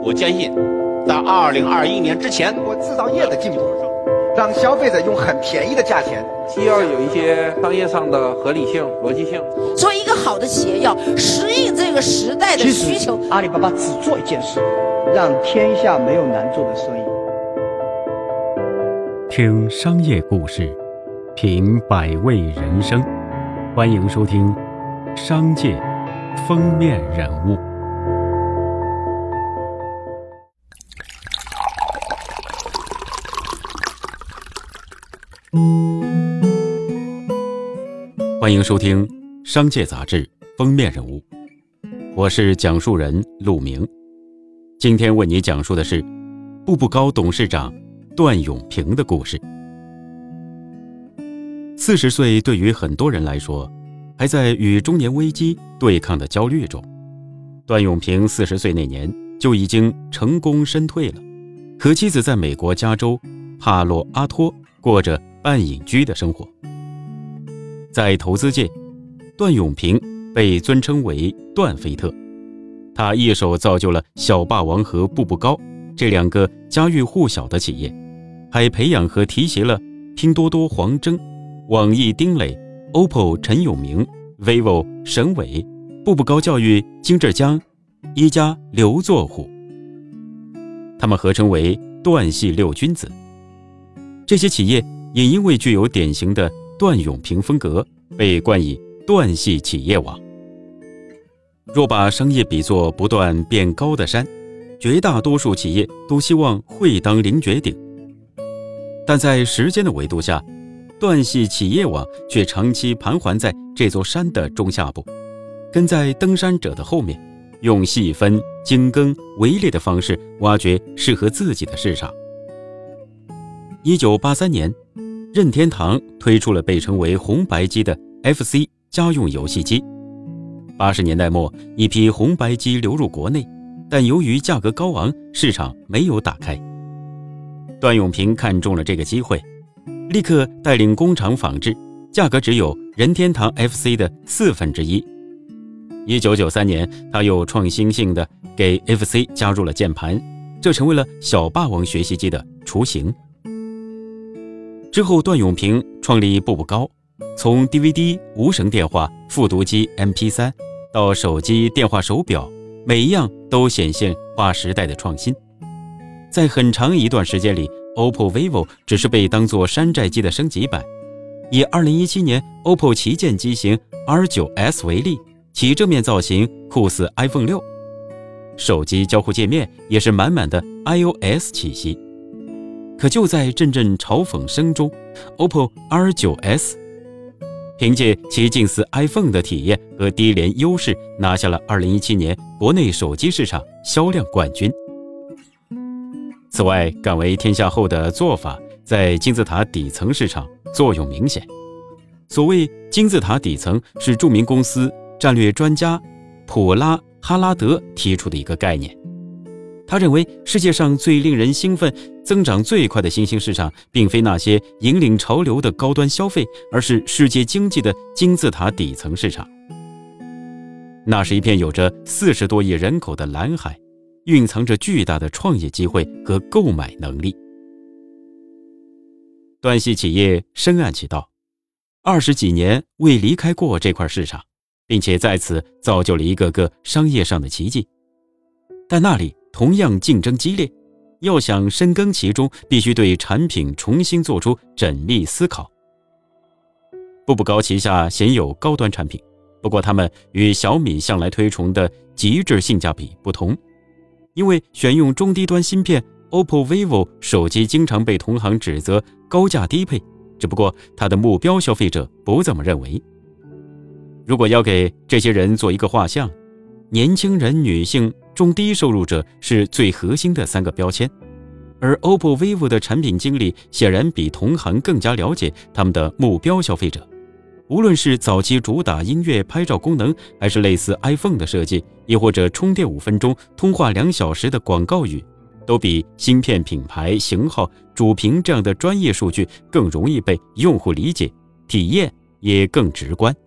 我坚信，在2021年之前， 我制造业的进步，让消费者用很便宜的价钱， 既要有一些商业上的合理性、逻辑性。 作为一个好的企业，要适应这个时代的需求。 阿里巴巴只做一件事，让天下没有难做的生意。 听商业故事，品百味人生，欢迎收听《商界封面人物》。欢迎收听《商界杂志》封面人物，我是讲述人陆明。今天为你讲述的是步步高董事长段永平的故事。40岁对于很多人来说，还在与中年危机对抗的焦虑中。段永平40岁那年就已经成功身退了，和妻子在美国加州帕洛阿托过着半隐居的生活。在投资界，段永平被尊称为段菲特，他一手造就了小霸王和步步高这两个家喻户晓的企业，还培养和提携了拼多多黄峥、网易丁磊、OPPO 陈永明、vivo 沈伟、步步高教育金志江、一加刘作虎，他们合称为段系六君子。这些企业也因为具有典型的段永平风格，被冠以段系企业网。若把商业比作不断变高的山，绝大多数企业都希望会当凌绝顶，但在时间的维度下，段系企业网却长期盘桓在这座山的中下部，跟在登山者的后面，用细分、精耕、围猎的方式挖掘适合自己的市场。1983年，任天堂推出了被称为红白机的 FC 家用游戏机。80年代末，一批红白机流入国内，但由于价格高昂，市场没有打开。段永平看中了这个机会，立刻带领工厂仿制，价格只有任天堂 FC 的1/4。1993年，他又创新性的给 FC 加入了键盘，这成为了小霸王学习机的雏形。之后，段永平创立步步高，从 DVD 无绳电话、复读机 MP3 到手机、电话、手表，每一样都显现划时代的创新。在很长一段时间里， OPPO、vivo 只是被当作山寨机的升级版。以2017年 OPPO 旗舰机型 R9S 为例，其正面造型酷似 iPhone 6，手机交互界面也是满满的 iOS 气息。可就在阵阵嘲讽声中， OPPO R9S 凭借其近似 iPhone 的体验和低廉优势，拿下了2017年国内手机市场销量冠军。此外，敢为天下后的做法在金字塔底层市场作用明显。所谓金字塔底层，是著名公司战略专家普拉哈拉德提出的一个概念。他认为，世界上最令人兴奋、增长最快的新兴市场，并非那些引领潮流的高端消费，而是世界经济的金字塔底层市场。那是一片有着40多亿人口的蓝海，蕴藏着巨大的创业机会和购买能力。段系企业深谙其道，20几年未离开过这块市场，并且在此造就了一个个商业上的奇迹。但那里同样竞争激烈，要想深耕其中，必须对产品重新做出缜密思考。步步高旗下鲜有高端产品，不过他们与小米向来推崇的极致性价比不同。因为选用中低端芯片， OPPO、vivo 手机经常被同行指责高价低配，只不过它的目标消费者不这么认为。如果要给这些人做一个画像，年轻人、女性、中低收入者是最核心的3个标签，而 OPPO、vivo 的产品经理显然比同行更加了解他们的目标消费者。无论是早期主打音乐拍照功能，还是类似 iPhone 的设计，亦或者充电5分钟、通话2小时的广告语，都比芯片品牌、型号、主屏这样的专业数据更容易被用户理解，体验也更直观。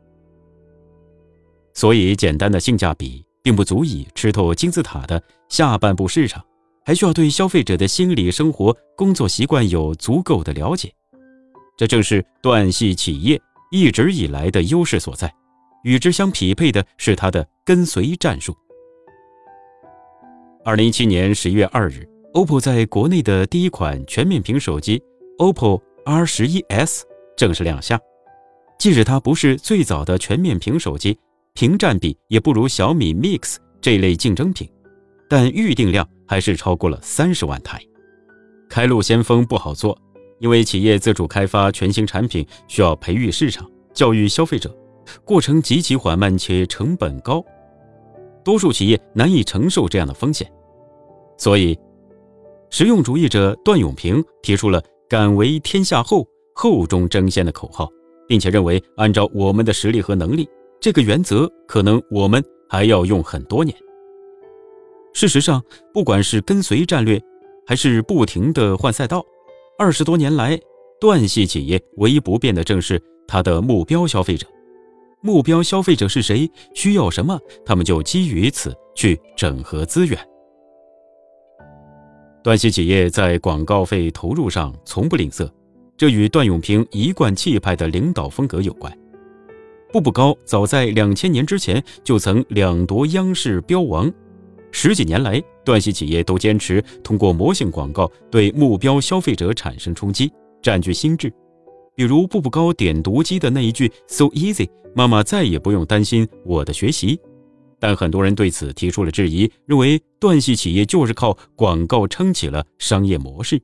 所以简单的性价比并不足以吃透金字塔的下半部市场， 还需要对消费者的心理生活、工作习惯有足够的了解。这正是段系企业一直以来的优势所在，与之相匹配的是它的跟随战术。2017年11月2日 ，OPPO 在国内的第一款全面屏手机 OPPO R11S 正式亮相。即使它不是最早的全面屏手机，屏占比也不如小米 Mix 这类竞争品，但预订量还是超过了30万台。开路先锋不好做，因为企业自主开发全新产品需要培育市场、教育消费者，过程极其缓慢且成本高，多数企业难以承受这样的风险。所以，实用主义者段永平提出了敢为天下后，后中争先的口号，并且认为按照我们的实力和能力，这个原则可能我们还要用很多年。事实上，不管是跟随战略，还是不停地换赛道，20多年来，段系企业唯一不变的正是它的目标消费者。目标消费者是谁，需要什么，他们就基于此去整合资源。段系企业在广告费投入上从不吝啬，这与段永平一贯气派的领导风格有关。步步高早在2000年之前就曾2夺央视标王，10几年来，段系企业都坚持通过魔性广告对目标消费者产生冲击，占据心智。比如步步高点读机的那一句 So easy， 妈妈再也不用担心我的学习。但很多人对此提出了质疑，认为段系企业就是靠广告撑起了商业模式。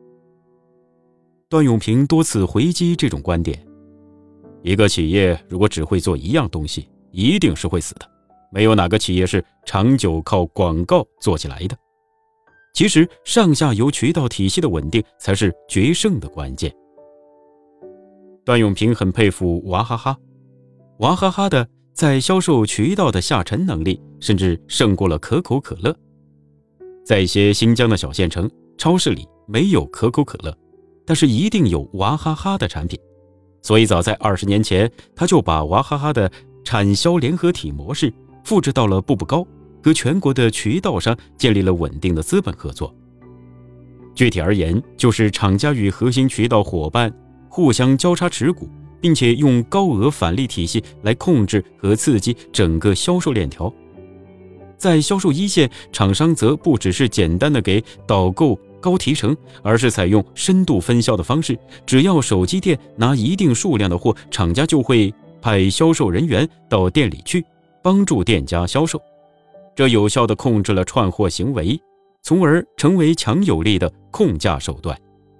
段永平多次回击这种观点，一个企业如果只会做一样东西，一定是会死的，没有哪个企业是长久靠广告做起来的。其实上下游渠道体系的稳定才是决胜的关键。段永平很佩服娃哈哈，娃哈哈的在销售渠道的下沉能力甚至胜过了可口可乐。在一些新疆的小县城，超市里没有可口可乐，但是一定有娃哈哈的产品。所以早在20年前，他就把娃哈哈的产销联合体模式复制到了步步高，和全国的渠道商建立了稳定的资本合作。具体而言，就是厂家与核心渠道伙伴互相交叉持股，并且用高额返利体系来控制和刺激整个销售链条。在销售一线，厂商则不只是简单的给导购高提成，而是采用深度分销的方式，只要手机店拿一定数量的货，厂家就会派销售人员到店里去，帮助店家销售。这有效地控制了串货行为，从而成为强有力的控价手段。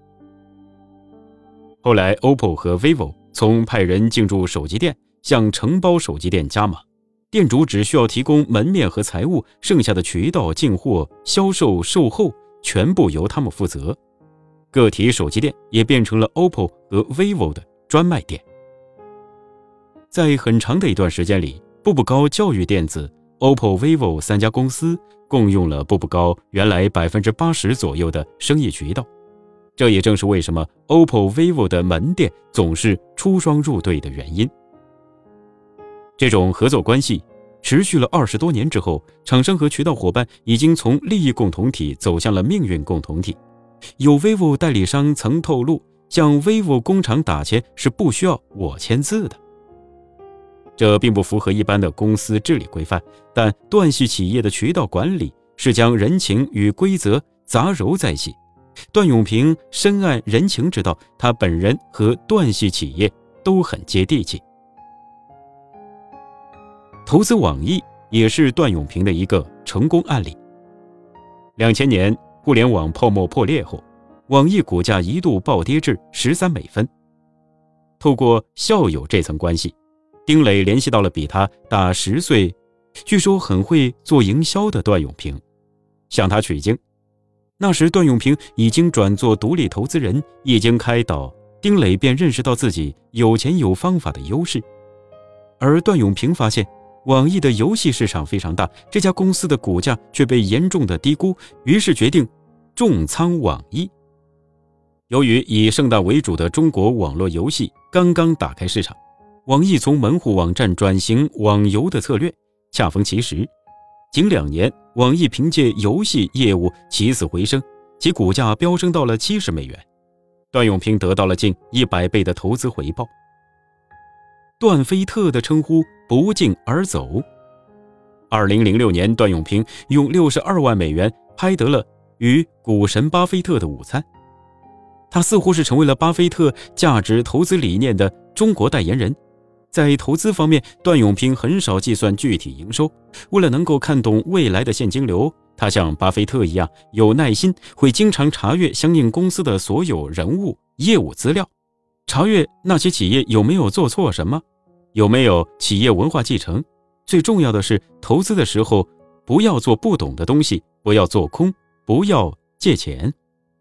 后来 OPPO 和 vivo 从派人进驻手机店向承包手机店加码，店主只需要提供门面和财务，剩下的渠道、进货、销售、售后全部由他们负责。个体手机店也变成了 OPPO 和 vivo 的专卖店。在很长的一段时间里，步步高教育电子、OPPO、vivo 3家公司共用了步步高原来80%左右的生意渠道。这也正是为什么 OPPO、vivo 的门店总是出双入对的原因。这种合作关系持续了20多年之后，厂商和渠道伙伴已经从利益共同体走向了命运共同体。有 vivo 代理商曾透露，向 vivo 工厂打钱是不需要我签字的。这并不符合一般的公司治理规范，但段系企业的渠道管理是将人情与规则杂糅在一起。段永平深谙人情之道，他本人和段系企业都很接地气。投资网易也是段永平的一个成功案例。2000年互联网泡沫破裂后，网易股价一度暴跌至13美分。透过校友这层关系，丁磊联系到了比他大10岁，据说很会做营销的段永平，向他取经。那时段永平已经转做独立投资人，一经开导，丁磊便认识到自己有钱有方法的优势。而段永平发现网易的游戏市场非常大，这家公司的股价却被严重的低估，于是决定重仓网易。由于以盛大为主的中国网络游戏刚刚打开市场，网易从门户网站转型网游的策略恰逢其时， 仅2年，网易凭借游戏业务起死回生，其股价飙升到了70美元，段永平得到了近100倍的投资回报。段菲特的称呼不胫而走。2006年，段永平用62万美元拍得了与股神巴菲特的午餐。他似乎是成为了巴菲特价值投资理念的中国代言人。在投资方面，段永平很少计算具体营收，为了能够看懂未来的现金流，他像巴菲特一样有耐心，会经常查阅相应公司的所有人物、业务资料，查阅那些企业有没有做错什么，有没有企业文化继承。最重要的是，投资的时候不要做不懂的东西，不要做空，不要借钱。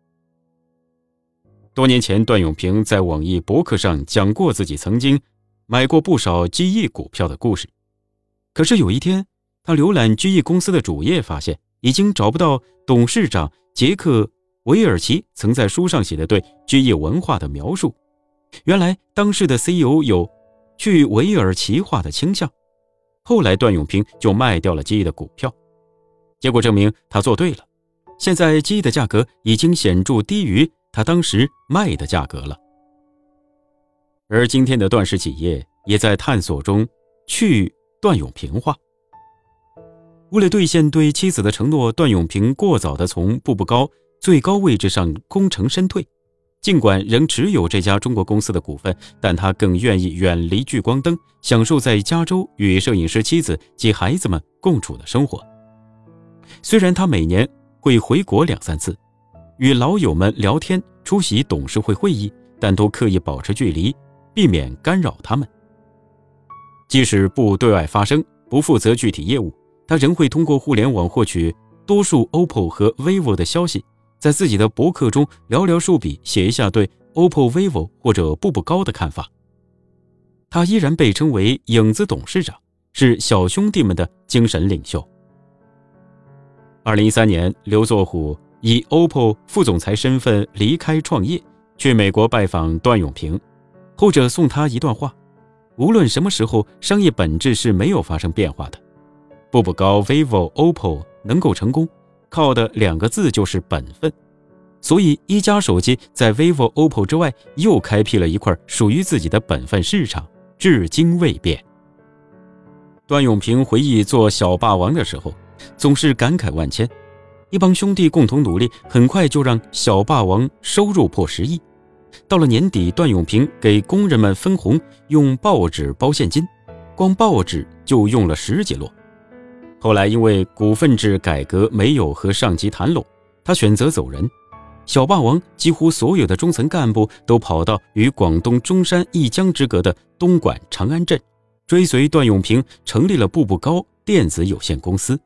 多年前，段永平在网易博客上讲过自己曾经买过不少 GE 股票的故事。可是有一天，他浏览 GE 公司的主页，发现已经找不到董事长杰克·韦尔奇曾在书上写的对 GE 文化的描述。原来当时的 CEO 有去韦尔奇化的倾向。后来段永平就卖掉了 GE 的股票，结果证明他做对了。现在 GE 的价格已经显著低于他当时卖的价格了。而今天的段氏企业也在探索中去段永平化。为了兑现对妻子的承诺，段永平过早地从步步高最高位置上功成身退。尽管仍持有这家中国公司的股份，但他更愿意远离聚光灯，享受在加州与摄影师妻子及孩子们共处的生活。虽然他每年会回国2-3次，与老友们聊天，出席董事会会议，但都刻意保持距离，避免干扰他们。即使不对外发声，不负责具体业务，他仍会通过互联网获取多数 OPPO 和 vivo 的消息，在自己的博客中寥寥数笔写一下对 OPPO、vivo 或者步步高的看法。他依然被称为影子董事长，是小兄弟们的精神领袖。2013年，刘作虎以 OPPO 副总裁身份离开创业，去美国拜访段永平，后者送他一段话：无论什么时候，商业本质是没有发生变化的。步步高、vivo、OPPO 能够成功，靠的2个字就是本分。所以一加手机在 vivo、OPPO 之外又开辟了一块属于自己的本分市场，至今未变。段永平回忆做小霸王的时候，总是感慨万千。一帮兄弟共同努力，很快就让小霸王收入破10亿。到了年底，段永平给工人们分红，用报纸包现金，光报纸就用了10几摞。后来因为股份制改革没有和上级谈拢，他选择走人。小霸王几乎所有的中层干部都跑到与广东中山一江之隔的东莞长安镇，追随段永平成立了步步高电子有限公司。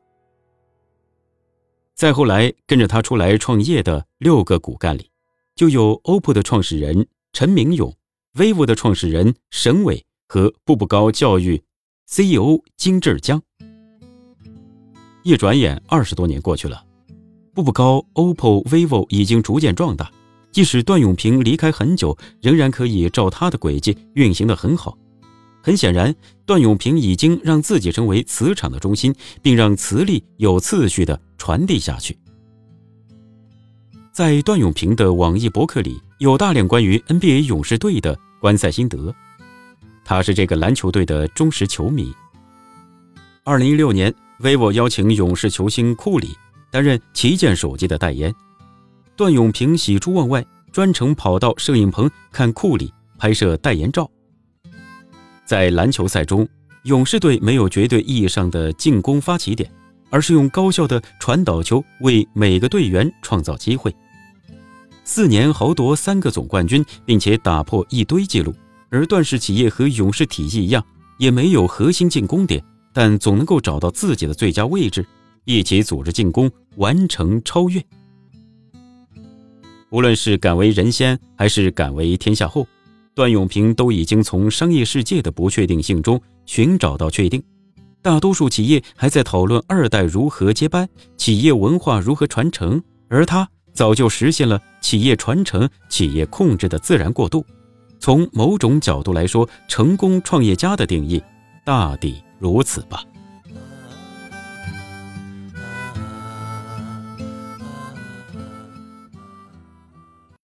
再后来跟着他出来创业的6个骨干里，就有 OPPO 的创始人陈明勇、vivo 的创始人沈伟和步步高教育 CEO 金志江。一转眼20多年过去了，步步高、OPPO、vivo 已经逐渐壮大，即使段永平离开很久，仍然可以照他的轨迹运行得很好。很显然，段永平已经让自己成为磁场的中心，并让磁力有次序地传递下去。在段永平的网易博客里，有大量关于 NBA 勇士队的观赛心得。他是这个篮球队的忠实球迷。2016年，vivo 邀请勇士球星库里担任旗舰手机的代言，段永平喜出望外，专程跑到摄影棚看库里拍摄代言照。在篮球赛中，勇士队没有绝对意义上的进攻发起点，而是用高效的传导球为每个队员创造机会。4年豪夺3个总冠军，并且打破一堆记录。而段氏企业和勇士体系一样，也没有核心进攻点，但总能够找到自己的最佳位置，一起组织进攻，完成超越。无论是敢为人先还是敢为天下后，段永平都已经从商业世界的不确定性中寻找到确定。大多数企业还在讨论2代如何接班，企业文化如何传承，而他早就实现了企业传承、企业控制的自然过渡。从某种角度来说，成功创业家的定义大抵如此吧。